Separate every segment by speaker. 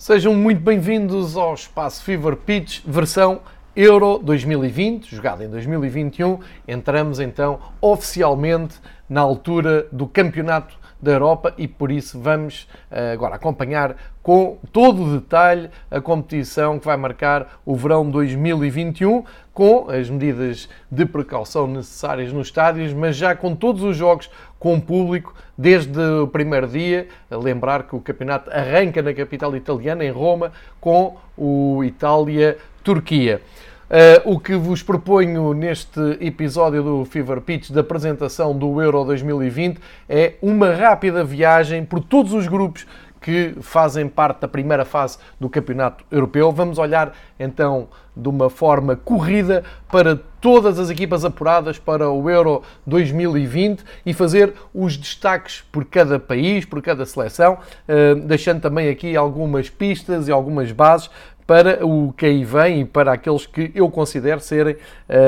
Speaker 1: Sejam muito bem-vindos ao Espaço Fever Pitch, versão Euro 2020, jogada em 2021. Entramos então oficialmente na altura do Campeonato da Europa e por isso vamos agora acompanhar com todo o detalhe a competição que vai marcar o verão 2021, com as medidas de precaução necessárias nos estádios, mas já com todos os jogos com público desde o primeiro dia. A lembrar que o campeonato arranca na capital italiana, em Roma, com o Itália-Turquia. O que vos proponho neste episódio do Fever Pitch da apresentação do Euro 2020 é uma rápida viagem por todos os grupos que fazem parte da primeira fase do Campeonato Europeu. Vamos olhar então de uma forma corrida para todas as equipas apuradas para o Euro 2020 e fazer os destaques por cada país, por cada seleção, deixando também aqui algumas pistas e algumas bases para o que aí vem e para aqueles que eu considero serem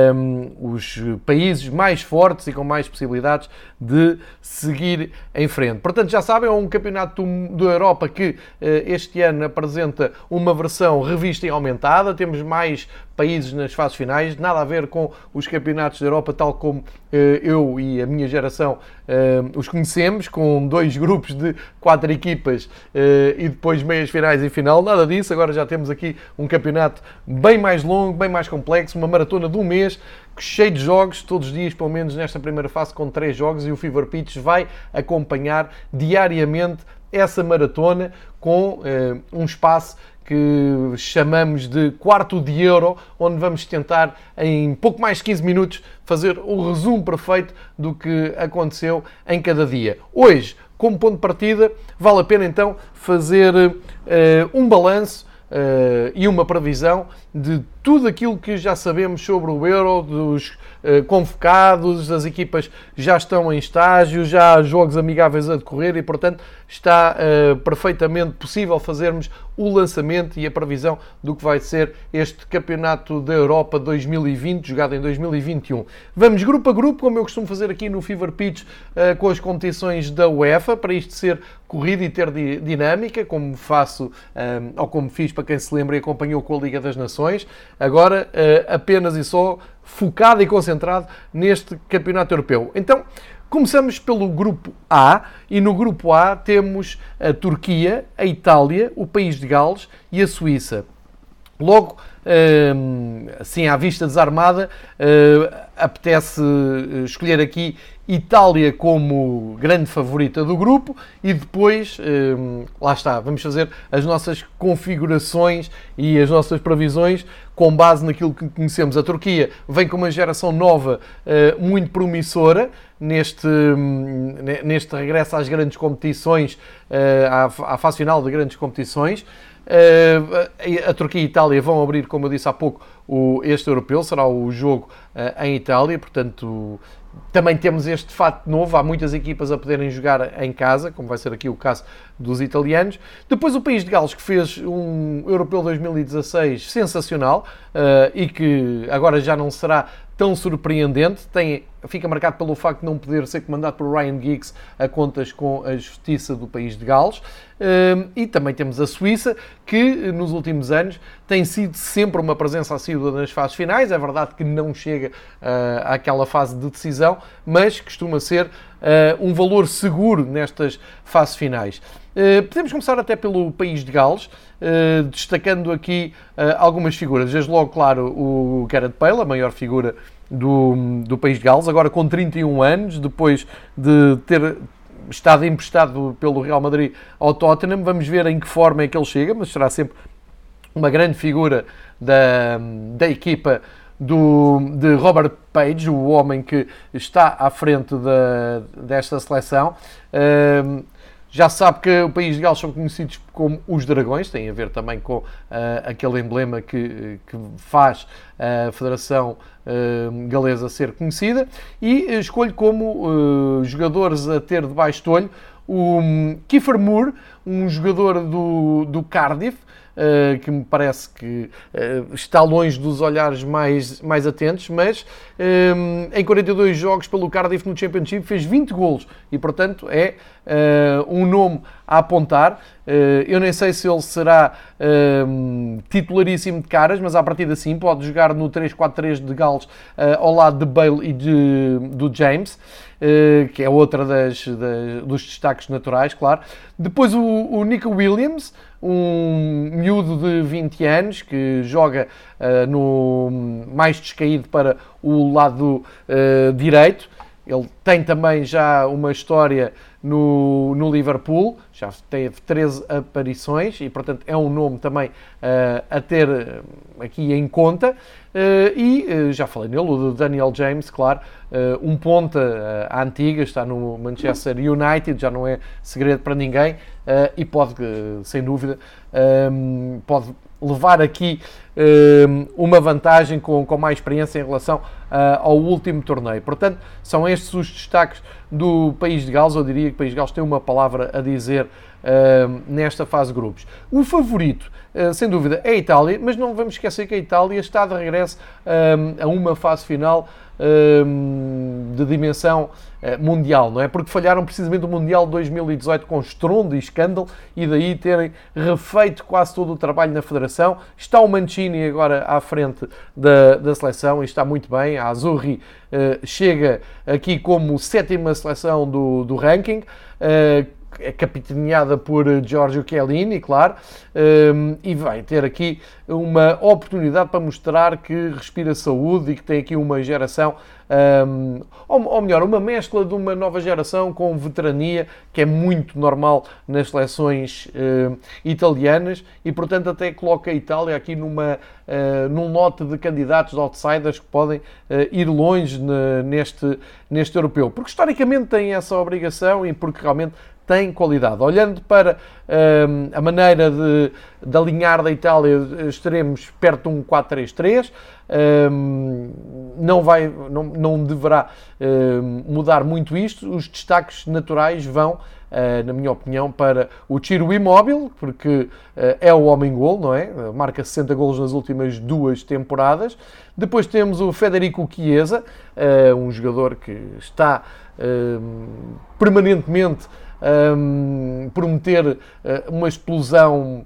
Speaker 1: os países mais fortes e com mais possibilidades de seguir em frente. Portanto, já sabem, é um campeonato da Europa que este ano apresenta uma versão revista e aumentada. Temos mais países nas fases finais, nada a ver com os campeonatos da Europa tal como eu e a minha geração os conhecemos, com 2 grupos de 4 equipas e depois meias finais e final, nada disso. Agora já temos aqui um campeonato bem mais longo, bem mais complexo, uma maratona de um mês, cheio de jogos, todos os dias, pelo menos nesta primeira fase, com 3 jogos, e o Fever Pitch vai acompanhar diariamente essa maratona com um espaço que chamamos de quarto de Euro, onde vamos tentar em pouco mais de 15 minutos fazer o resumo perfeito do que aconteceu em cada dia. Hoje, como ponto de partida, vale a pena então fazer um balanço e uma previsão de tudo aquilo que já sabemos sobre o Euro, dos convocados, as equipas já estão em estágio, já há jogos amigáveis a decorrer e, portanto, está perfeitamente possível fazermos o lançamento e a previsão do que vai ser este Campeonato da Europa 2020, jogado em 2021. Vamos grupo a grupo, como eu costumo fazer aqui no Fever Pitch, com as competições da UEFA, para isto ser corrido e ter dinâmica, como faço, ou como fiz para quem se lembra e acompanhou com a Liga das Nações. Agora, apenas e só focado e concentrado neste Campeonato Europeu. Então, começamos pelo Grupo A, e no Grupo A temos a Turquia, a Itália, o País de Gales e a Suíça. Logo, assim, à vista desarmada, apetece escolher aqui Itália como grande favorita do grupo e depois, lá está, vamos fazer as nossas configurações e as nossas previsões com base naquilo que conhecemos. A Turquia vem com uma geração nova muito promissora neste regresso às grandes competições, à fase final de grandes competições. A Turquia e a Itália vão abrir, como eu disse há pouco, este europeu, será o jogo em Itália, portanto também temos este fato novo, há muitas equipas a poderem jogar em casa, como vai ser aqui o caso dos italianos. Depois o País de Gales, que fez um Europeu 2016 sensacional e que agora já não será tão surpreendente, fica marcado pelo facto de não poder ser comandado por Ryan Giggs a contas com a justiça do País de Gales. E também temos a Suíça, que nos últimos anos tem sido sempre uma presença assídua nas fases finais. É verdade que não chega àquela fase de decisão, mas costuma ser um valor seguro nestas fases finais. Podemos começar até pelo País de Gales, destacando aqui algumas figuras. Desde logo, claro, o Gareth Bale, a maior figura do País de Gales, agora com 31 anos, depois de ter estado emprestado pelo Real Madrid ao Tottenham. Vamos ver em que forma é que ele chega, mas será sempre uma grande figura da equipa de Robert Page, o homem que está à frente desta seleção. Já sabe que o País de Gales são conhecidos como os Dragões, tem a ver também com aquele emblema que faz a Federação Galesa ser conhecida, e escolho como jogadores a ter debaixo do olho o Kiefer Moore, um jogador do Cardiff, que me parece que está longe dos olhares mais atentos, mas em 42 jogos pelo Cardiff no Championship fez 20 golos e, portanto, é um nome a apontar. Eu nem sei se ele será titularíssimo de caras, mas à partida sim, pode jogar no 3-4-3 de Gales ao lado de Bale e do James, que é outra dos destaques naturais, claro. Depois o Nico Williams, um miúdo de 20 anos que joga mais descaído para o lado direito. Ele tem também já uma história no Liverpool, já teve 13 aparições e, portanto, é um nome também a ter aqui em conta. E já falei nele, o Daniel James, claro, um ponta à antiga, está no Manchester United, já não é segredo para ninguém, e pode, sem dúvida, pode levar aqui uma vantagem com mais experiência em relação ao último torneio. Portanto, são estes os destaques do País de Gales. Eu diria que o País de Gales tem uma palavra a dizer nesta fase de grupos. O favorito, sem dúvida, é a Itália, mas não vamos esquecer que a Itália está de regresso a uma fase final de dimensão mundial, não é? Porque falharam precisamente o Mundial de 2018 com estrondo e escândalo e daí terem refeito quase todo o trabalho na Federação. Está o Mancini agora à frente da seleção e está muito bem. A Azzurri chega aqui como 7ª seleção do ranking, é capitaneada por Giorgio Chiellini, claro, e vai ter aqui uma oportunidade para mostrar que respira saúde e que tem aqui uma geração, ou melhor, uma mescla de uma nova geração com veterania, que é muito normal nas seleções italianas, e portanto até coloca a Itália aqui num lote de candidatos de outsiders que podem ir longe neste europeu, porque historicamente têm essa obrigação e porque realmente tem qualidade. Olhando para a maneira de alinhar da Itália, estaremos perto de um 4-3-3. Não deverá mudar muito isto. Os destaques naturais vão, na minha opinião, para o Ciro Immobile, porque é o homem-gol, não é? Marca 60 golos nas últimas 2 temporadas. Depois temos o Federico Chiesa, um jogador que está permanentemente prometer uma explosão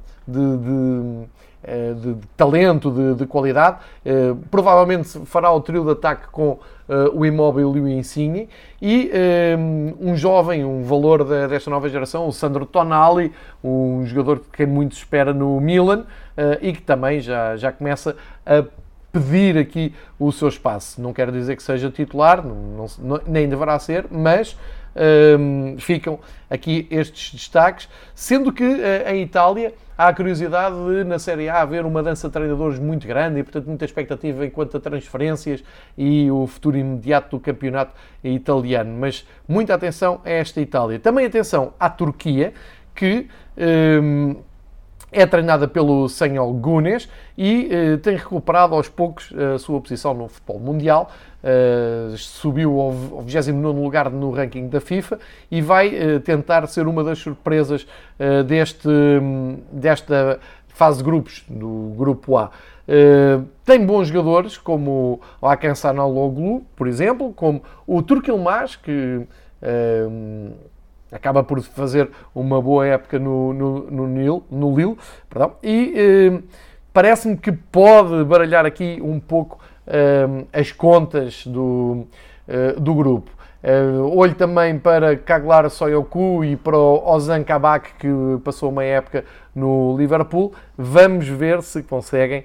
Speaker 1: de talento, de qualidade. Provavelmente fará o trio de ataque com o Immobile e o Insigne. E um jovem, um valor desta nova geração, o Sandro Tonali, um jogador que quem muito espera no Milan e que também já começa a pedir aqui o seu espaço. Não quero dizer que seja titular, nem deverá ser, mas ficam aqui estes destaques, sendo que em Itália há a curiosidade de, na Série A, haver uma dança de treinadores muito grande e, portanto, muita expectativa enquanto a transferências e o futuro imediato do campeonato italiano. Mas muita atenção a esta Itália. Também atenção à Turquia, que é treinada pelo Şenol Güneş e tem recuperado aos poucos a sua posição no futebol mundial. Subiu ao 29º lugar no ranking da FIFA e vai tentar ser uma das surpresas desta fase de grupos, do grupo A. Tem bons jogadores, como o Hakan Çalhanoğlu, por exemplo, como o Turk Yılmaz, que acaba por fazer uma boa época no Lille, perdão, e parece-me que pode baralhar aqui um pouco as contas do grupo. Olho também para Caglar Soyuncu e para o Ozan Kabak, que passou uma época no Liverpool. Vamos ver se conseguem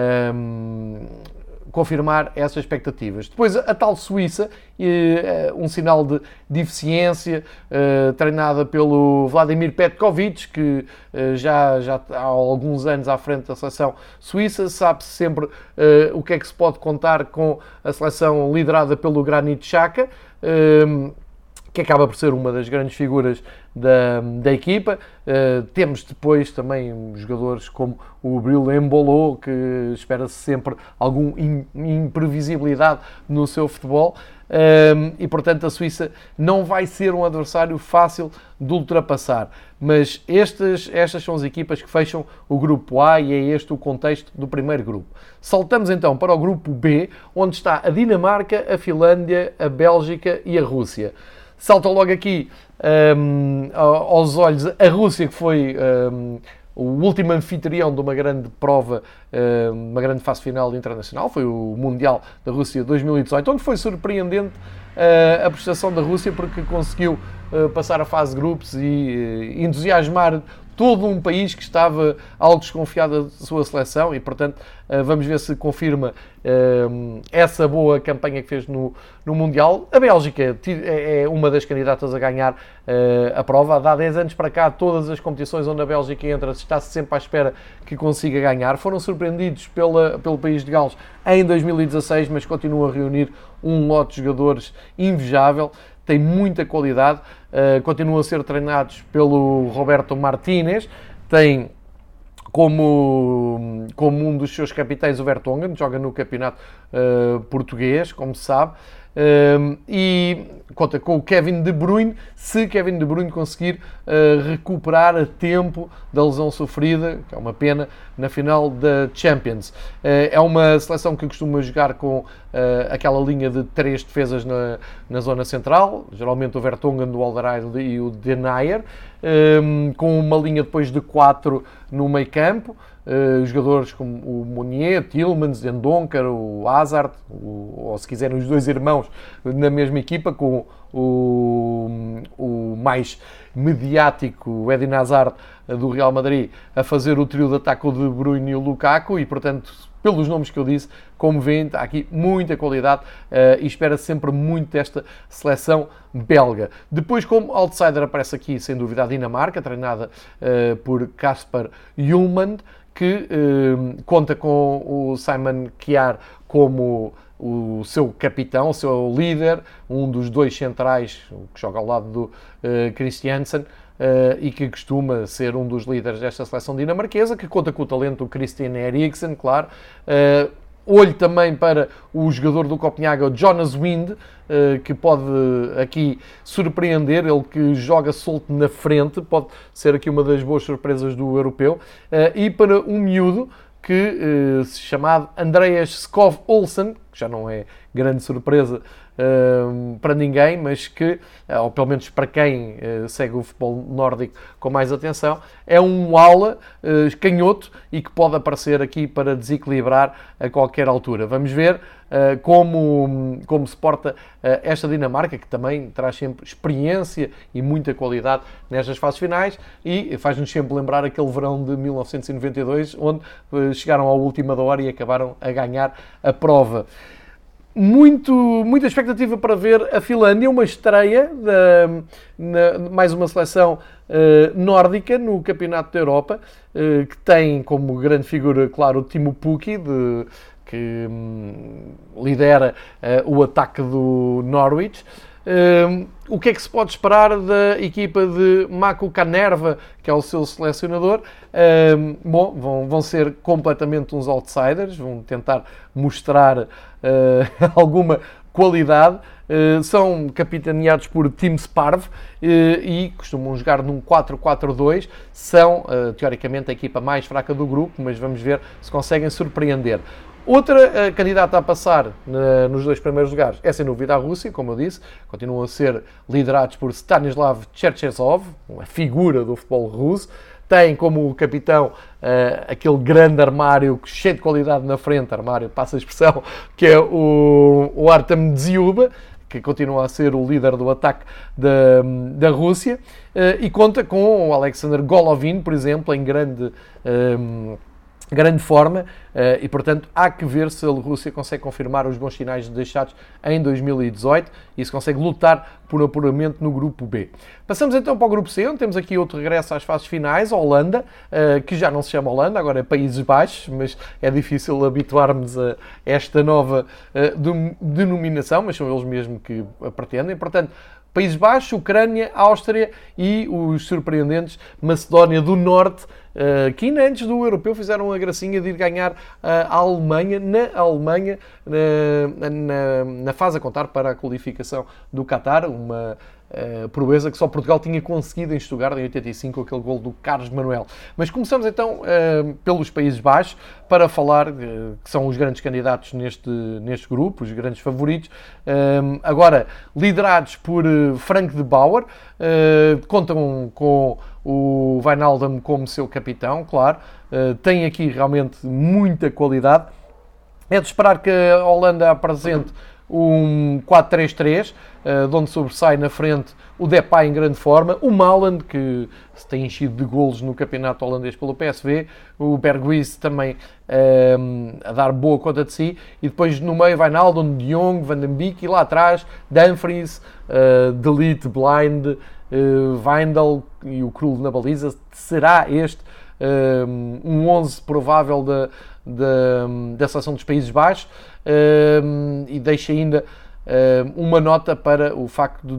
Speaker 1: confirmar essas expectativas. Depois a tal Suíça, um sinal de deficiência, treinada pelo Vladimir Petkovic, que já há alguns anos à frente da seleção suíça. Sabe-se sempre o que é que se pode contar com a seleção liderada pelo Granit Xhaka. que acaba por ser uma das grandes figuras da equipa. Temos depois também jogadores como o Bril Embolo, que espera-se sempre alguma imprevisibilidade no seu futebol. E, portanto, a Suíça não vai ser um adversário fácil de ultrapassar. Mas estas são as equipas que fecham o grupo A e é este o contexto do primeiro grupo. Saltamos então para o grupo B, onde está a Dinamarca, a Finlândia, a Bélgica e a Rússia. Salta logo aqui aos olhos a Rússia, que foi o último anfitrião de uma grande prova, uma grande fase final internacional, foi o Mundial da Rússia 2018, onde foi surpreendente a prestação da Rússia, porque conseguiu passar a fase de grupos e entusiasmar todo um país que estava algo desconfiado da sua seleção e, portanto, vamos ver se confirma essa boa campanha que fez no Mundial. A Bélgica é uma das candidatas a ganhar a prova. Há 10 anos para cá, todas as competições onde a Bélgica entra, está-se sempre à espera que consiga ganhar. Foram surpreendidos pelo país de Gales em 2016, mas continuam a reunir um lote de jogadores invejável. Tem muita qualidade, continuam a ser treinados pelo Roberto Martínez, tem como um dos seus capitães o Vertonghen, joga no campeonato português, como se sabe, e conta com o Kevin De Bruyne, se Kevin De Bruyne conseguir recuperar a tempo da lesão sofrida, que é uma pena, na final da Champions. É uma seleção que costuma jogar com aquela linha de 3 defesas na zona central, geralmente o Vertonghen, do Alderweireld e o Denayer, com uma linha depois de 4 no meio campo, jogadores como o Meunier, Tielemans, Dendoncker, o Hazard, ou se quiserem os 2 irmãos na mesma equipa, com o mais mediático, o Eden Hazard, do Real Madrid, a fazer o trio de ataque, o De Bruyne e o Lukaku, e portanto, pelos nomes que eu disse, como veem, está aqui muita qualidade e espera-se sempre muito desta seleção belga. Depois, como outsider, aparece aqui, sem dúvida, a Dinamarca, treinada por Kasper Hjulmand, que conta com o Simon Kjær como o seu capitão, o seu líder, um dos 2 centrais que joga ao lado do Christiansen, e que costuma ser um dos líderes desta seleção dinamarquesa, que conta com o talento do Christian Eriksen, claro. Olho também para o jogador do Copenhague, o Jonas Wind, que pode aqui surpreender, ele que joga solto na frente, pode ser aqui uma das boas surpresas do europeu. E para um miúdo que se chamado Andreas Skov Olsen, que já não é grande surpresa para ninguém, mas que, ou pelo menos para quem segue o futebol nórdico com mais atenção, é um ala canhoto e que pode aparecer aqui para desequilibrar a qualquer altura. Vamos ver como se porta esta Dinamarca, que também traz sempre experiência e muita qualidade nestas fases finais, e faz-nos sempre lembrar aquele verão de 1992, onde chegaram à última da hora e acabaram a ganhar a prova. Muita expectativa para ver a Finlândia, uma estreia, mais uma seleção nórdica no Campeonato da Europa, que tem como grande figura, claro, o Timo Pukki, que lidera o ataque do Norwich. O que é que se pode esperar da equipa de Mako Kanerva, que é o seu selecionador? Vão ser completamente uns outsiders, vão tentar mostrar alguma qualidade. São capitaneados por Tim Sparv e costumam jogar num 4-4-2. São, teoricamente, a equipa mais fraca do grupo, mas vamos ver se conseguem surpreender. Outra candidata a passar nos 2 primeiros lugares é, sem dúvida, a Rússia, como eu disse. Continuam a ser liderados por Stanislav Cherchesov, uma figura do futebol russo. Tem como capitão aquele grande armário cheio de qualidade na frente, armário, passa a expressão, que é o Artem Dziuba, que continua a ser o líder do ataque da Rússia, e conta com o Alexander Golovin, por exemplo, em grande forma, e portanto há que ver se a Rússia consegue confirmar os bons sinais deixados em 2018 e se consegue lutar por apuramento no grupo B. Passamos então para o grupo C, onde temos aqui outro regresso às fases finais, a Holanda, que já não se chama Holanda, agora é Países Baixos, mas é difícil habituarmos a esta nova denominação, mas são eles mesmo que a pretendem. Portanto, Países Baixos, Ucrânia, Áustria e os surpreendentes Macedónia do Norte, que ainda antes do europeu fizeram a gracinha de ir ganhar a Alemanha, na fase a contar para a qualificação do Qatar, uma proeza que só Portugal tinha conseguido em Stuttgart em 85, aquele gol do Carlos Manuel. Mas começamos então pelos Países Baixos, para falar que são os grandes candidatos neste grupo, os grandes favoritos. Agora, liderados por Frank de Boer, contam com o Wijnaldum como seu capitão, claro. Tem aqui realmente muita qualidade. É de esperar que a Holanda apresente um 4-3-3, de onde sobressai na frente o Depay em grande forma, o Maaland, que se tem enchido de golos no campeonato holandês pelo PSV, o Berghuis também a dar boa conta de si, e depois no meio Wijnaldum, De Jong, Van den Beek, e lá atrás Dumfries, De Ligt, Blind, Wijndal e o Krul na baliza. Será este um 11 provável da seleção dos Países Baixos, e deixa ainda uma nota para o facto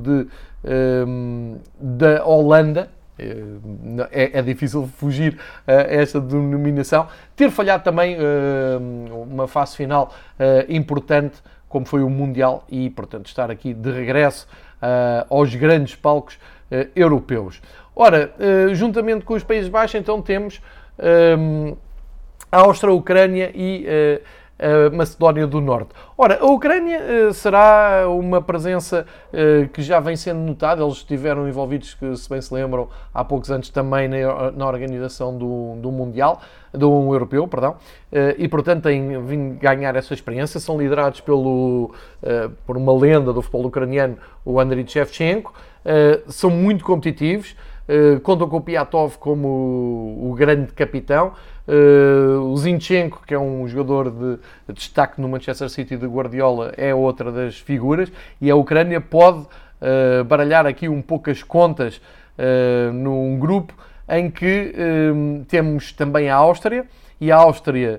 Speaker 1: da Holanda, é difícil fugir a esta denominação, ter falhado também uma fase final importante, como foi o Mundial, e portanto estar aqui de regresso aos grandes palcos europeus. Ora, juntamente com os Países Baixos, então temos a Áustria, a Ucrânia e a Macedónia do Norte. Ora, a Ucrânia será uma presença que já vem sendo notada. Eles estiveram envolvidos, que se bem se lembram, há poucos anos também na organização do Mundial, do Europeu, perdão, e portanto têm vindo ganhar essa experiência. São liderados por uma lenda do futebol ucraniano, o Andriy Shevchenko. São muito competitivos. Contam com o Piatov como o grande capitão, o Zinchenko, que é um jogador de destaque no Manchester City de Guardiola, é outra das figuras, e a Ucrânia pode baralhar aqui um pouco as contas num grupo em que temos também a Áustria, e a Áustria,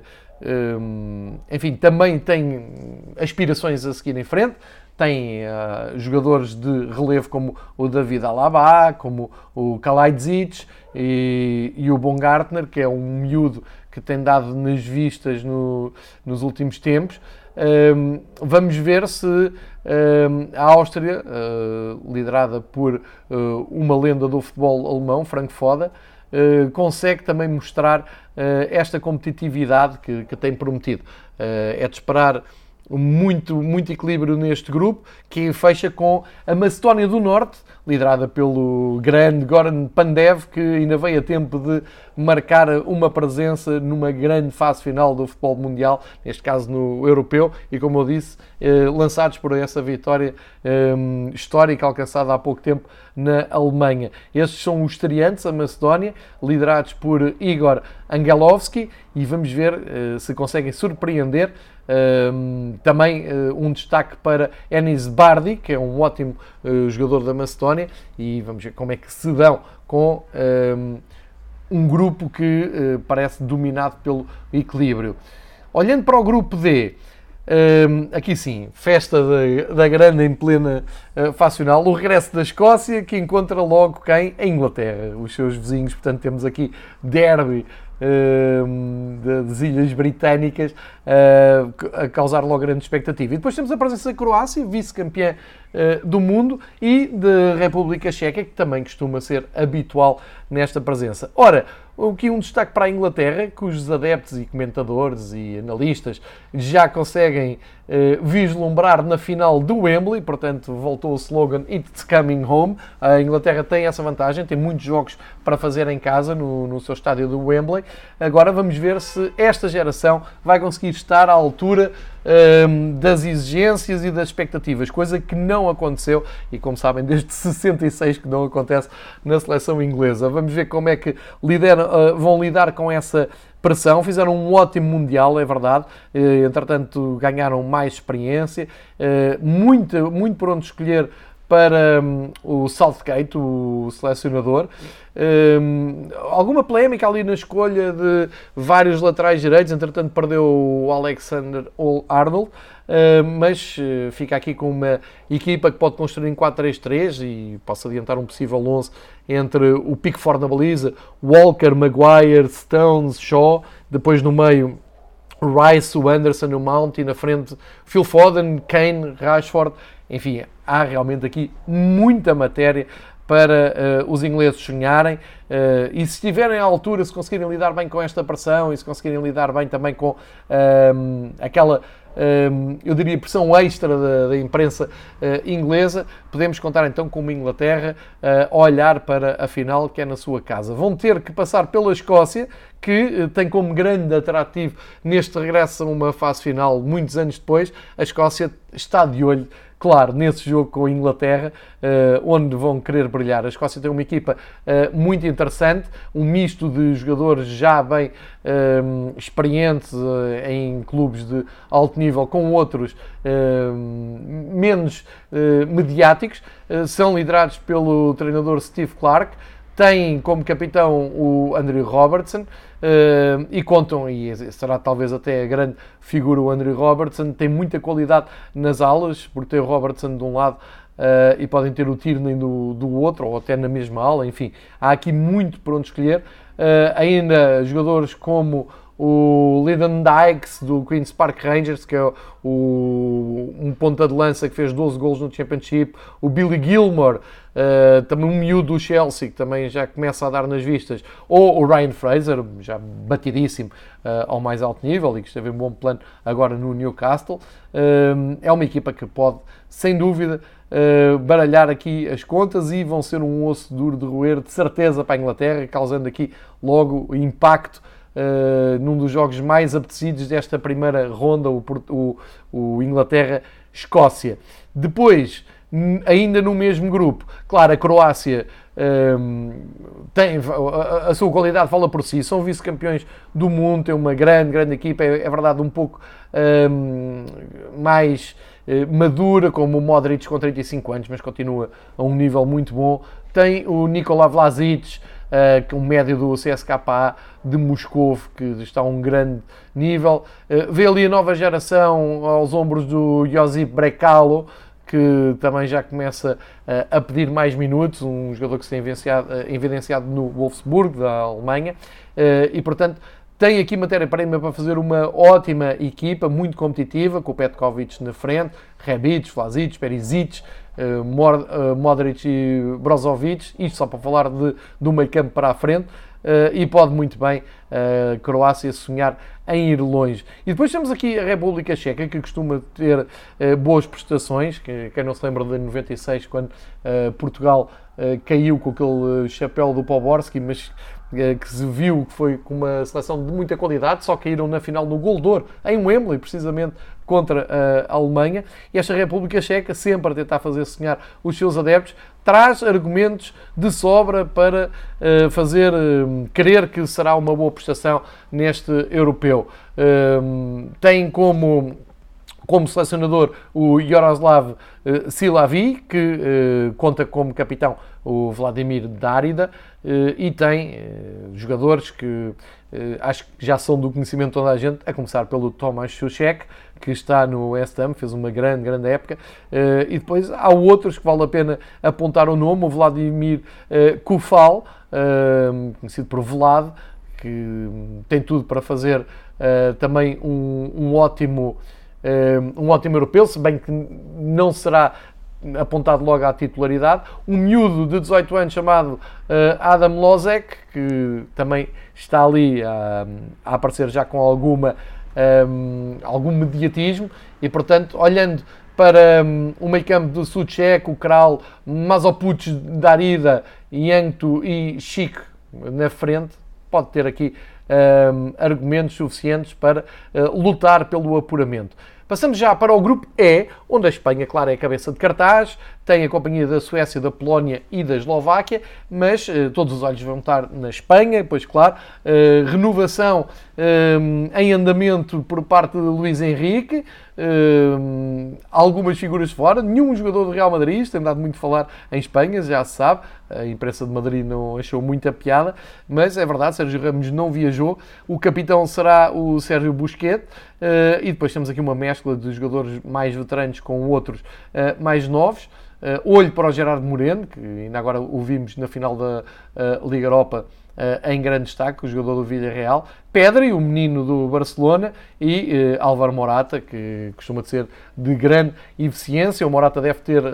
Speaker 1: enfim, também tem aspirações a seguir em frente. Tem jogadores de relevo como o David Alaba, como o Kalajdzic e o Baumgartner, que é um miúdo que tem dado nas vistas nos últimos tempos. Vamos ver se a Áustria, liderada por uma lenda do futebol alemão, Frank Foda, consegue também mostrar esta competitividade que tem prometido. É de esperar muito equilíbrio neste grupo, que fecha com a Macedónia do Norte, liderada pelo grande Goran Pandev, que ainda veio a tempo de marcar uma presença numa grande fase final do futebol mundial, neste caso no europeu, e como eu disse, lançados por essa vitória histórica alcançada há pouco tempo na Alemanha. Estes são os estreantes, a Macedónia, liderados por Igor Angelovski, e vamos ver se conseguem surpreender. Também um destaque para Enis Bardi, que é um ótimo jogador da Macedónia, e vamos ver como é que se dão com um grupo que parece dominado pelo equilíbrio. Olhando para o grupo D, aqui sim, festa da grande em plena fase final, o regresso da Escócia, que encontra logo quem? A Inglaterra, os seus vizinhos. Portanto, temos aqui derby das Ilhas Britânicas a causar logo grande expectativa. E depois temos a presença da Croácia, vice-campeã do mundo, e da República Checa, que também costuma ser habitual nesta presença. Ora, aqui um destaque para a Inglaterra, cujos adeptos e comentadores e analistas já conseguem vislumbrar na final do Wembley, portanto voltou o slogan It's Coming Home. A Inglaterra tem essa vantagem, tem muitos jogos para fazer em casa no seu estádio do Wembley. Agora vamos ver se esta geração vai conseguir estar à altura das exigências e das expectativas, coisa que não aconteceu, e como sabem, desde 66 que não acontece na seleção inglesa. Vamos ver como é que vão lidar com essa pressão. Fizeram um ótimo Mundial, é verdade, entretanto ganharam mais experiência, muito por onde escolher para o Southgate, o selecionador. Alguma polémica ali na escolha de vários laterais direitos, entretanto perdeu o Alexander Arnold, mas fica aqui com uma equipa que pode construir em 4-3-3 e posso adiantar um possível 11 entre o Pickford na baliza, Walker, Maguire, Stones, Shaw, depois no meio o Rice, o Anderson, o Mount e na frente Phil Foden, Kane, Rashford. Enfim, há realmente aqui muita matéria para os ingleses sonharem e se estiverem à altura, se conseguirem lidar bem com esta pressão e se conseguirem lidar bem também com aquela, eu diria, pressão extra da imprensa inglesa, podemos contar então com uma Inglaterra a olhar para a final que é na sua casa. Vão ter que passar pela Escócia, que tem como grande atrativo neste regresso a uma fase final, muitos anos depois. A Escócia está de olho, claro, nesse jogo com a Inglaterra, onde vão querer brilhar. A Escócia tem uma equipa muito interessante, um misto de jogadores já bem experientes em clubes de alto nível, com outros menos mediáticos. São liderados pelo treinador Steve Clarke, tem como capitão o Andrew Robertson e contam, e será talvez até a grande figura o Andrew Robertson, tem muita qualidade nas alas, porque tem o Robertson de um lado e podem ter o Tierney do outro, ou até na mesma ala, enfim, há aqui muito por onde escolher. Ainda jogadores como o Lyndon Dykes do Queen's Park Rangers, que é um ponta de lança que fez 12 golos no Championship, o Billy Gilmore, também um miúdo do Chelsea, que também já começa a dar nas vistas, ou o Ryan Fraser, já batidíssimo ao mais alto nível e que esteve em bom plano agora no Newcastle. É uma equipa que pode, sem dúvida, baralhar aqui as contas e vão ser um osso duro de roer, de certeza, para a Inglaterra, causando aqui logo o impacto num dos jogos mais apetecidos desta primeira ronda, o Inglaterra-Escócia. Depois, ainda no mesmo grupo, claro, a Croácia tem a sua qualidade, fala por si, são vice-campeões do mundo, tem uma grande equipa, é verdade, um pouco mais madura, como o Modric com 35 anos, mas continua a um nível muito bom. Tem o Nikola Vlasic, um médio do CSKA de Moscou, que está a um grande nível. Vê ali a nova geração aos ombros do Josip Brekalo, que também já começa a pedir mais minutos, um jogador que se tem evidenciado no Wolfsburg, da Alemanha, e portanto tem aqui matéria-prima para fazer uma ótima equipa, muito competitiva, com o Petkovic na frente, Rebic, Vlasic, Perisic, Modric e Brozovic, isto só para falar do meio campo para a frente, e pode muito bem a Croácia sonhar em ir longe. E depois temos aqui a República Checa, que costuma ter boas prestações, quem não se lembra de 96, quando Portugal caiu com aquele chapéu do Poborski, mas que se viu que foi com uma seleção de muita qualidade, só caíram na final no Gol de Ouro, em Wembley, precisamente contra a Alemanha. E esta República Checa, sempre a tentar fazer sonhar os seus adeptos, traz argumentos de sobra para fazer crer que será uma boa prestação neste europeu. Tem como selecionador o Jaroslav Silavi, que conta como capitão o Vladimir Darida, e tem jogadores que acho que já são do conhecimento de toda a gente, a começar pelo Tomáš Souček, que está no West Ham, fez uma grande época, e depois há outros que vale a pena apontar o nome, o Vladimir Kufal, conhecido por Vlad, que tem tudo para fazer também um ótimo europeu, se bem que não será apontado logo à titularidade. Um miúdo de 18 anos chamado Adam Lozek, que também está ali a aparecer já com algum mediatismo, e portanto, olhando para o meio campo do Souček, o Kral, Mazopuc, Darida, Yankto e Chic na frente, pode ter aqui argumentos suficientes para lutar pelo apuramento. Passamos já para o grupo E, onde a Espanha, claro, é a cabeça de cartaz, tem a companhia da Suécia, da Polónia e da Eslováquia, mas todos os olhos vão estar na Espanha, pois claro, renovação em andamento por parte de Luís Henrique, algumas figuras fora, nenhum jogador do Real Madrid, tem dado muito a falar em Espanha, já se sabe, a imprensa de Madrid não achou muita piada, mas é verdade, Sérgio Ramos não viajou, o capitão será o Sérgio Busquets, e depois temos aqui uma mescla de jogadores mais veteranos com outros mais novos. Olho para o Gerardo Moreno, que ainda agora o vimos na final da Liga Europa em grande destaque, o jogador do Villarreal, Pedri, o menino do Barcelona, e Álvaro Morata, que costuma ser de grande eficiência. O Morata deve ter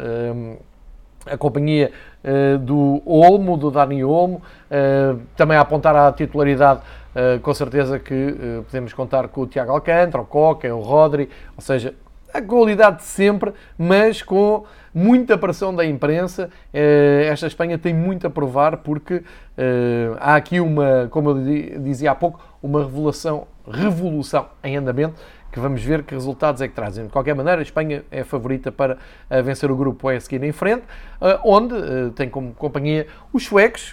Speaker 1: a companhia do Olmo, do Dani Olmo, também a apontar à titularidade, com certeza que podemos contar com o Thiago Alcântara, o Coca, o Rodri, ou seja, a qualidade de sempre, mas com muita pressão da imprensa. Esta Espanha tem muito a provar, porque há aqui como eu dizia há pouco, uma revolução em andamento, que vamos ver que resultados é que trazem. De qualquer maneira, a Espanha é a favorita para vencer o grupo E seguir em frente, onde tem como companhia os suecos,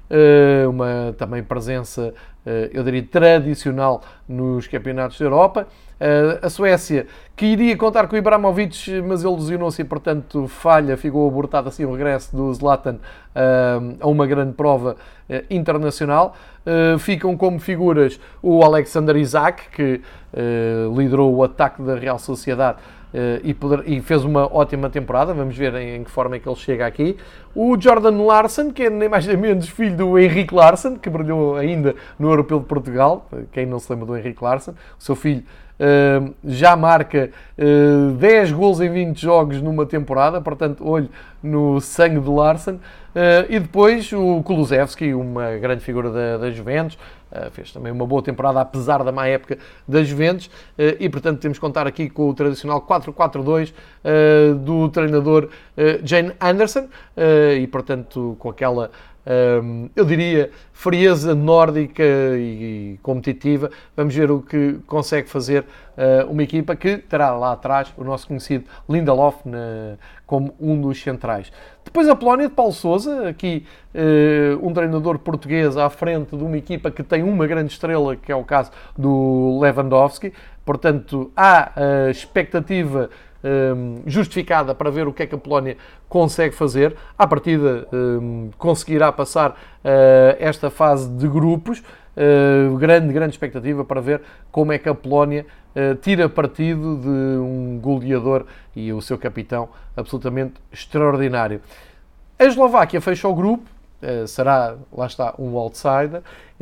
Speaker 1: uma também presença, eu diria, tradicional nos campeonatos da Europa. A Suécia, que iria contar com o Ibrahimovic, mas ele lesionou-se e, portanto, ficou abortado assim o regresso do Zlatan a uma grande prova internacional. Ficam como figuras o Alexander Isak, que liderou o ataque da Real Sociedade e fez uma ótima temporada. Vamos ver em que forma é que ele chega aqui. O Jordan Larsson, que é nem mais nem menos filho do Henrique Larsson, que brilhou ainda no Europeu de Portugal. Quem não se lembra do Henrique Larsson? O seu filho já marca 10 gols em 20 jogos numa temporada, portanto, olho no sangue de Larsson. E depois o Kulusevski, uma grande figura da Juventus, fez também uma boa temporada, apesar da má época da Juventus, e portanto temos que contar aqui com o tradicional 4-4-2 do treinador Jane Anderson, e portanto com aquela, eu diria, frieza nórdica e competitiva. Vamos ver o que consegue fazer uma equipa que terá lá atrás o nosso conhecido Lindelof como um dos centrais. Depois a Polónia de Paulo Sousa, aqui um treinador português à frente de uma equipa que tem uma grande estrela, que é o caso do Lewandowski. Portanto, há a expectativa justificada para ver o que é que a Polónia consegue fazer. À partida, conseguirá passar esta fase de grupos. Grande expectativa para ver como é que a Polónia tira partido de um goleador e o seu capitão absolutamente extraordinário. A Eslováquia fecha o grupo, será, lá está, um outsider.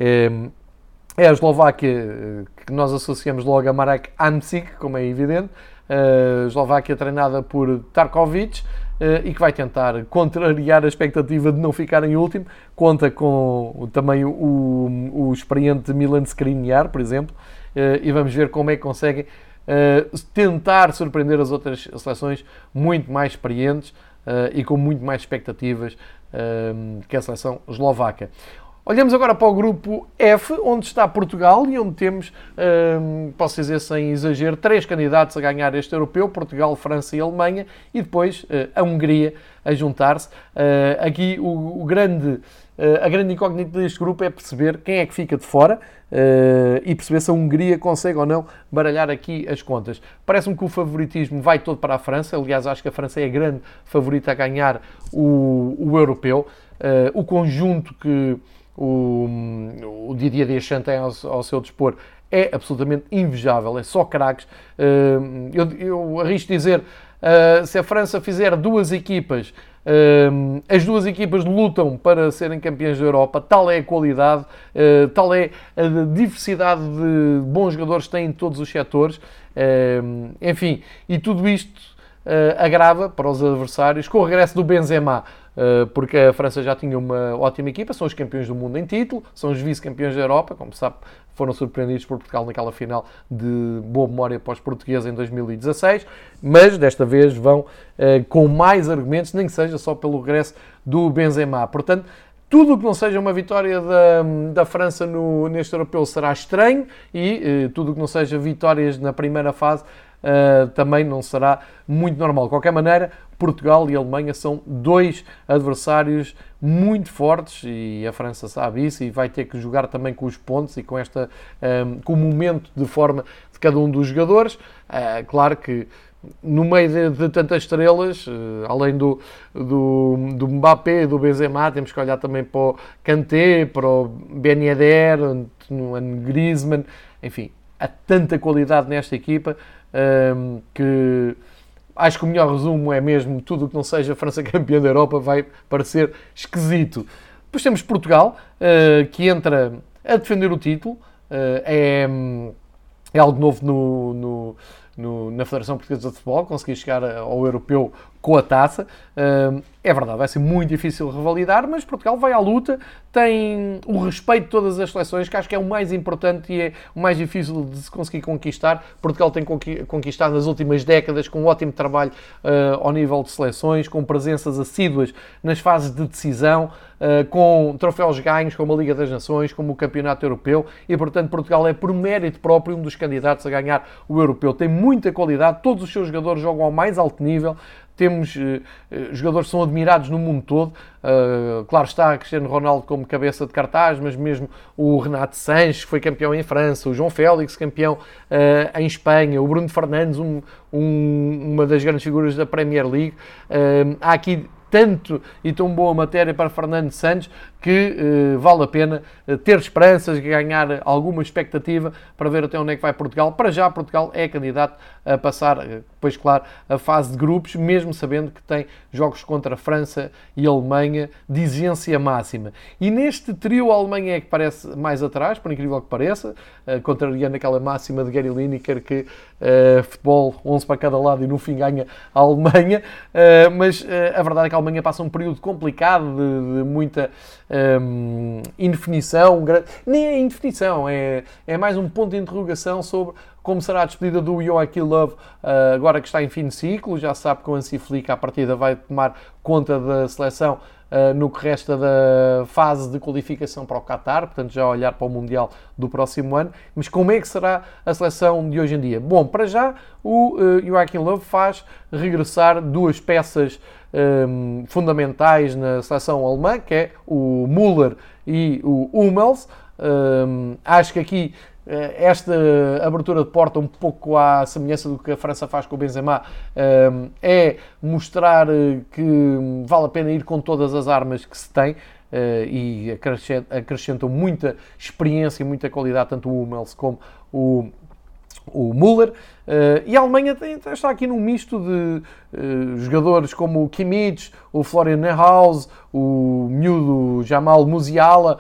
Speaker 1: É a Eslováquia que nós associamos logo a Marek Hamšík, como é evidente. A Eslováquia treinada por Tarkovic, e que vai tentar contrariar a expectativa de não ficar em último. Conta com também o experiente Milan Skriniar, por exemplo, e vamos ver como é que conseguem tentar surpreender as outras seleções muito mais experientes e com muito mais expectativas que a seleção eslovaca. Olhamos agora para o grupo F, onde está Portugal e onde temos, posso dizer sem exagero, 3 candidatos a ganhar este europeu: Portugal, França e Alemanha, e depois a Hungria a juntar-se. Aqui a grande incógnita deste grupo é perceber quem é que fica de fora e perceber se a Hungria consegue ou não baralhar aqui as contas. Parece-me que o favoritismo vai todo para a França. Aliás, acho que a França é a grande favorita a ganhar o europeu. O conjunto que o Didier Deschamps tem ao seu dispor é absolutamente invejável, é só craques. Eu arrisco dizer, se a França fizer 2 equipas, as 2 equipas lutam para serem campeãs da Europa. Tal é a qualidade, tal é a diversidade de bons jogadores que têm em todos os setores. Enfim, e tudo isto agrava para os adversários com o regresso do Benzema, porque a França já tinha uma ótima equipa, são os campeões do mundo em título, são os vice-campeões da Europa, como se sabe, foram surpreendidos por Portugal naquela final de boa memória para os portugueses em 2016, mas desta vez vão com mais argumentos, nem que seja só pelo regresso do Benzema. Portanto, tudo o que não seja uma vitória da França neste europeu será estranho, e tudo o que não seja vitórias na primeira fase também não será muito normal. De qualquer maneira, Portugal e Alemanha são dois adversários muito fortes e a França sabe isso e vai ter que jogar também com os pontos e com o momento de forma de cada um dos jogadores. Claro que no meio de tantas estrelas, além do Mbappé e do Benzema, temos que olhar também para o Kanté, para o Ben Yedder, Antoine Griezmann, enfim, há tanta qualidade nesta equipa que acho que o melhor resumo é mesmo tudo o que não seja França campeã da Europa vai parecer esquisito. Depois temos Portugal, que entra a defender o título, é algo novo na Federação Portuguesa de Futebol, conseguir chegar ao europeu com a taça. É verdade, vai ser muito difícil revalidar, mas Portugal vai à luta, tem o respeito de todas as seleções, que acho que é o mais importante e é o mais difícil de se conseguir conquistar. Portugal tem conquistado nas últimas décadas com um ótimo trabalho ao nível de seleções, com presenças assíduas nas fases de decisão, com troféus ganhos como a Liga das Nações, como o Campeonato Europeu, e portanto Portugal é por mérito próprio um dos candidatos a ganhar o europeu. Tem muita qualidade, todos os seus jogadores jogam ao mais alto nível. Temos jogadores que são admirados no mundo todo. Claro está Cristiano Ronaldo como cabeça de cartaz, mas mesmo o Renato Sanches, que foi campeão em França, o João Félix, campeão em Espanha, o Bruno Fernandes, uma das grandes figuras da Premier League. Há aqui tanto e tão boa matéria para Fernando Santos que vale a pena ter esperanças, ganhar alguma expectativa para ver até onde é que vai Portugal. Para já, Portugal é candidato a passar, depois, claro, a fase de grupos, mesmo sabendo que tem jogos contra a França e a Alemanha de exigência máxima. E neste trio, a Alemanha é que parece mais atrás, por incrível que pareça, contrariando aquela máxima de Gary Lineker que futebol 11 para cada lado e no fim ganha a Alemanha. Mas a verdade é que a Alemanha passa um período complicado de muita indefinição, nem é indefinição, é mais um ponto de interrogação sobre como será a despedida do Joachim Löw agora que está em fim de ciclo. Já se sabe que o Hansi Flick à partida vai tomar conta da seleção no que resta da fase de qualificação para o Qatar, portanto já olhar para o Mundial do próximo ano. Mas como é que será a seleção de hoje em dia? Bom, para já o Joachim Löw faz regressar duas peças fundamentais na seleção alemã, que é o Müller e o Hummels. Acho que aqui esta abertura de porta, um pouco à semelhança do que a França faz com o Benzema, é mostrar que vale a pena ir com todas as armas que se tem, e acrescentam muita experiência e muita qualidade, tanto o Hummels como o Müller. E a Alemanha está aqui num misto de jogadores como o Kimmich, o Florian Neuhaus, o miúdo Jamal Musiala,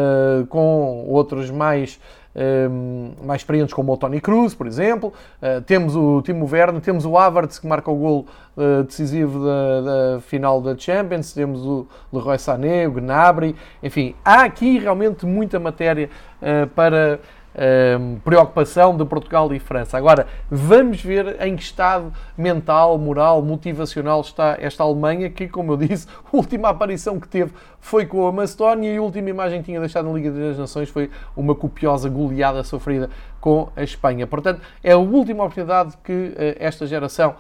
Speaker 1: com outros mais experientes como o Toni Kroos, por exemplo. Temos o Timo Werner, temos o Havertz que marca o golo decisivo da final da Champions, temos o Leroy Sané, o Gnabry, enfim, há aqui realmente muita matéria para preocupação de Portugal e França. Agora, vamos ver em que estado mental, moral, motivacional está esta Alemanha, que, como eu disse, a última aparição que teve foi com a Macedónia e a última imagem que tinha deixado na Liga das Nações foi uma copiosa goleada sofrida com a Espanha. Portanto, é a última oportunidade que esta geração,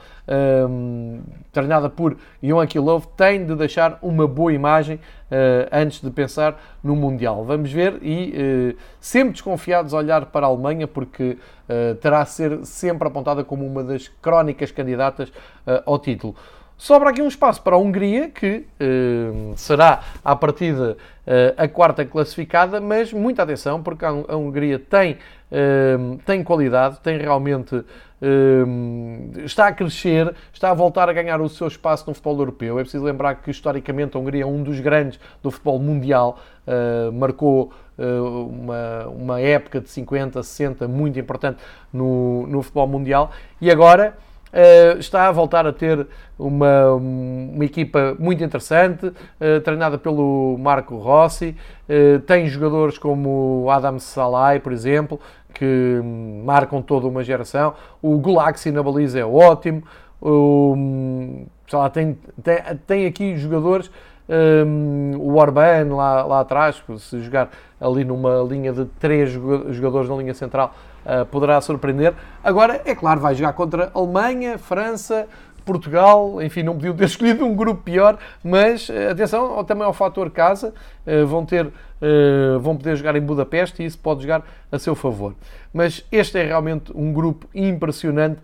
Speaker 1: treinada por Joachim Löw, tem de deixar uma boa imagem antes de pensar no Mundial. Vamos ver e sempre desconfiados a olhar para a Alemanha, porque terá a ser sempre apontada como uma das crónicas candidatas ao título. Sobra aqui um espaço para a Hungria, que será, à partida, a quarta classificada, mas muita atenção, porque a Hungria tem qualidade, tem realmente... está a crescer, está a voltar a ganhar o seu espaço no futebol europeu. É preciso lembrar que, historicamente, a Hungria é um dos grandes do futebol mundial, marcou uma época de 50, 60 muito importante no futebol mundial, e agora... está a voltar a ter uma equipa muito interessante, treinada pelo Marco Rossi. Tem jogadores como o Adam Salai, por exemplo, que marcam toda uma geração. O Gulaxi na baliza é ótimo. Tem aqui jogadores o Orban lá atrás, se jogar ali numa linha de 3 jogadores na linha central, poderá surpreender. Agora, é claro, vai jogar contra Alemanha, França, Portugal, enfim, não podiam ter escolhido um grupo pior, mas atenção também ao fator casa, vão poder jogar em Budapeste e isso pode jogar a seu favor. Mas este é realmente um grupo impressionante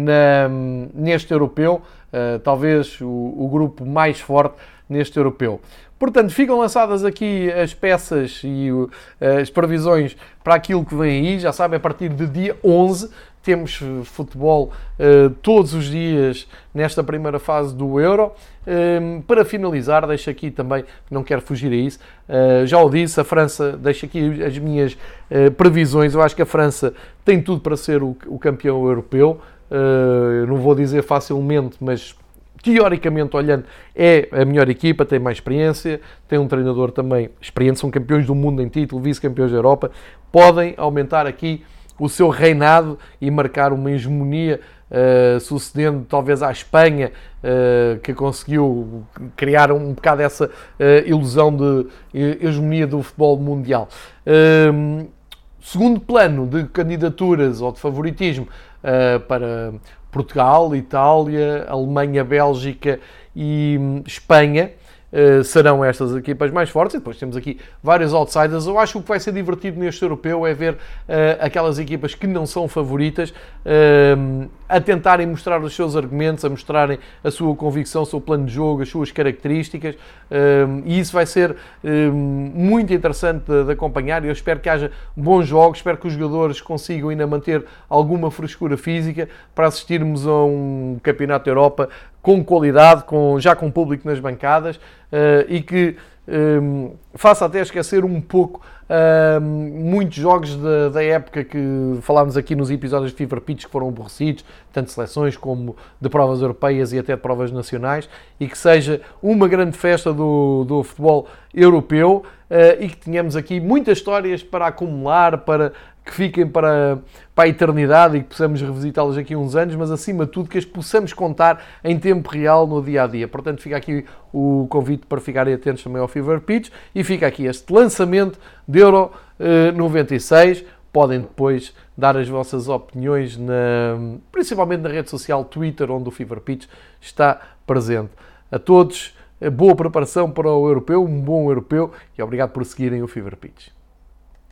Speaker 1: neste europeu, talvez o grupo mais forte neste europeu. Portanto, ficam lançadas aqui as peças e as previsões para aquilo que vem aí. Já sabem, a partir de dia 11 temos futebol todos os dias nesta primeira fase do Euro. Para finalizar, deixo aqui também, não quero fugir a isso, já o disse, a França, deixo aqui as minhas previsões. Eu acho que a França tem tudo para ser o campeão europeu. Não vou dizer facilmente, mas teoricamente olhando, é a melhor equipa, tem mais experiência, tem um treinador também experiente, são campeões do mundo em título, vice-campeões da Europa, podem aumentar aqui o seu reinado e marcar uma hegemonia, sucedendo talvez à Espanha, que conseguiu criar um bocado essa ilusão de hegemonia do futebol mundial. Segundo plano de candidaturas ou de favoritismo para Portugal, Itália, Alemanha, Bélgica e Espanha, serão estas equipas mais fortes. E depois temos aqui vários outsiders. Eu acho que o que vai ser divertido neste europeu é ver aquelas equipas que não são favoritas a tentarem mostrar os seus argumentos, a mostrarem a sua convicção, o seu plano de jogo, as suas características, e isso vai ser muito interessante de acompanhar. Eu espero que haja bons jogos, espero que os jogadores consigam ainda manter alguma frescura física para assistirmos a um campeonato da Europa com qualidade, já com público nas bancadas, e que faça até esquecer um pouco muitos jogos da época que falámos aqui nos episódios de Fever Pitch, que foram aborrecidos, tanto de seleções como de provas europeias e até de provas nacionais, e que seja uma grande festa do futebol europeu, e que tenhamos aqui muitas histórias para acumular, para que fiquem para a eternidade e que possamos revisitá-las aqui uns anos, mas acima de tudo que as possamos contar em tempo real no dia-a-dia. Portanto, fica aqui o convite para ficarem atentos também ao Fever Pitch e fica aqui este lançamento de Euro 96. Podem depois dar as vossas opiniões, principalmente na rede social Twitter, onde o Fever Pitch está presente. A todos, boa preparação para o europeu, um bom europeu e obrigado por seguirem o Fever Pitch.